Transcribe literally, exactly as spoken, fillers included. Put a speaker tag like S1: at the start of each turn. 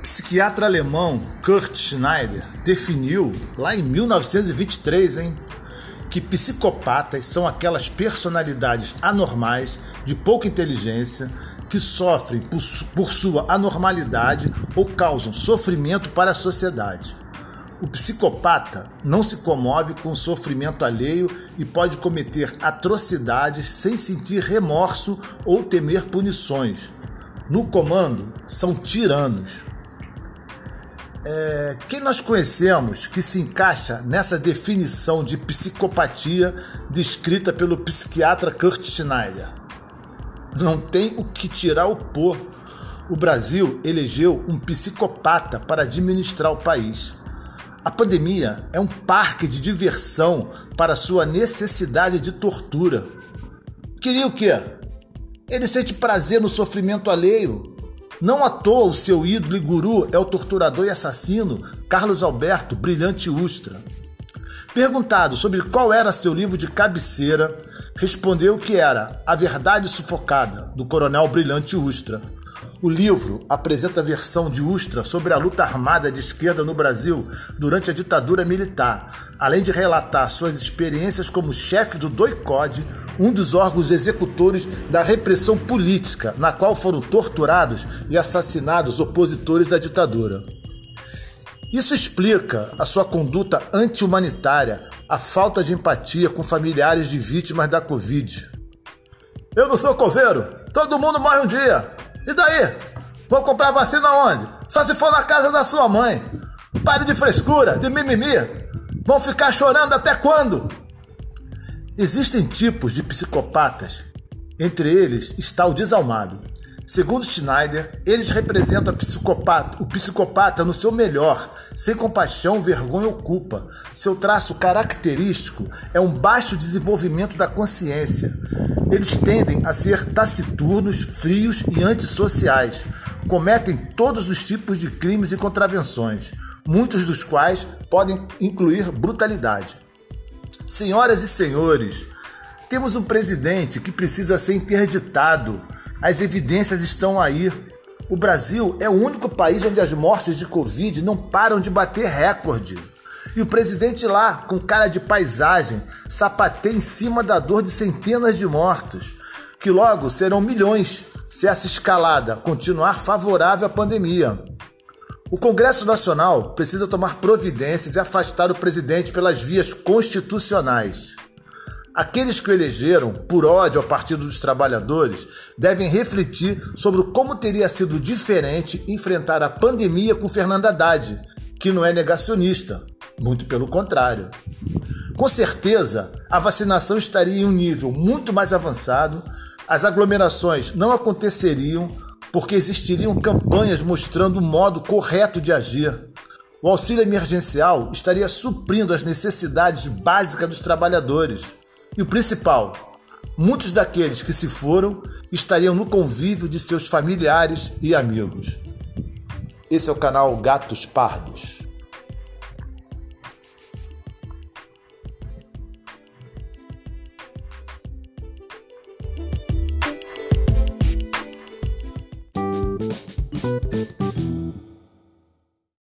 S1: psiquiatra alemão Kurt Schneider definiu, lá em mil novecentos e vinte e três, hein, que psicopatas são aquelas personalidades anormais, de pouca inteligência, que sofrem por, por sua anormalidade ou causam sofrimento para a sociedade. O psicopata não se comove com o sofrimento alheio e pode cometer atrocidades sem sentir remorso ou temer punições. No comando, são tiranos. É, quem nós conhecemos que se encaixa nessa definição de psicopatia descrita pelo psiquiatra Kurt Schneider? Não tem o que tirar o pô. O Brasil elegeu um psicopata para administrar o país. A pandemia é um parque de diversão para sua necessidade de tortura. Queria o quê? Ele sente prazer no sofrimento alheio. Não à toa o seu ídolo e guru é o torturador e assassino Carlos Alberto Brilhante Ustra. Perguntado sobre qual era seu livro de cabeceira, respondeu que era A Verdade Sufocada, do Coronel Brilhante Ustra. O livro apresenta a versão de Ustra sobre a luta armada de esquerda no Brasil durante a ditadura militar, além de relatar suas experiências como chefe do doicode, um dos órgãos executores da repressão política, na qual foram torturados e assassinados opositores da ditadura. Isso explica a sua conduta anti-humanitária, a falta de empatia com familiares de vítimas da Covid. Eu não sou coveiro, todo mundo morre um dia. E daí? Vou comprar vacina onde? Só se for na casa da sua mãe. Pare de frescura, de mimimi. Vão ficar chorando até quando? Existem tipos de psicopatas. Entre eles está o desalmado. Segundo Schneider, eles representam a psicopata, o psicopata no seu melhor, sem compaixão, vergonha ou culpa. Seu traço característico é um baixo desenvolvimento da consciência. Eles tendem a ser taciturnos, frios e antissociais. Cometem todos os tipos de crimes e contravenções, muitos dos quais podem incluir brutalidade. Senhoras e senhores, temos um presidente que precisa ser interditado. As evidências estão aí. O Brasil é o único país onde as mortes de Covid não param de bater recorde. E o presidente lá, com cara de paisagem, sapateia em cima da dor de centenas de mortos, que logo serão milhões se essa escalada continuar favorável à pandemia. O Congresso Nacional precisa tomar providências e afastar o presidente pelas vias constitucionais. Aqueles que o elegeram por ódio ao Partido dos Trabalhadores devem refletir sobre como teria sido diferente enfrentar a pandemia com Fernando Haddad, que não é negacionista, muito pelo contrário. Com certeza, a vacinação estaria em um nível muito mais avançado, as aglomerações não aconteceriam porque existiriam campanhas mostrando o modo correto de agir. O auxílio emergencial estaria suprindo as necessidades básicas dos trabalhadores. E o principal, muitos daqueles que se foram estariam no convívio de seus familiares e amigos. Esse é o canal Gatos Pardos.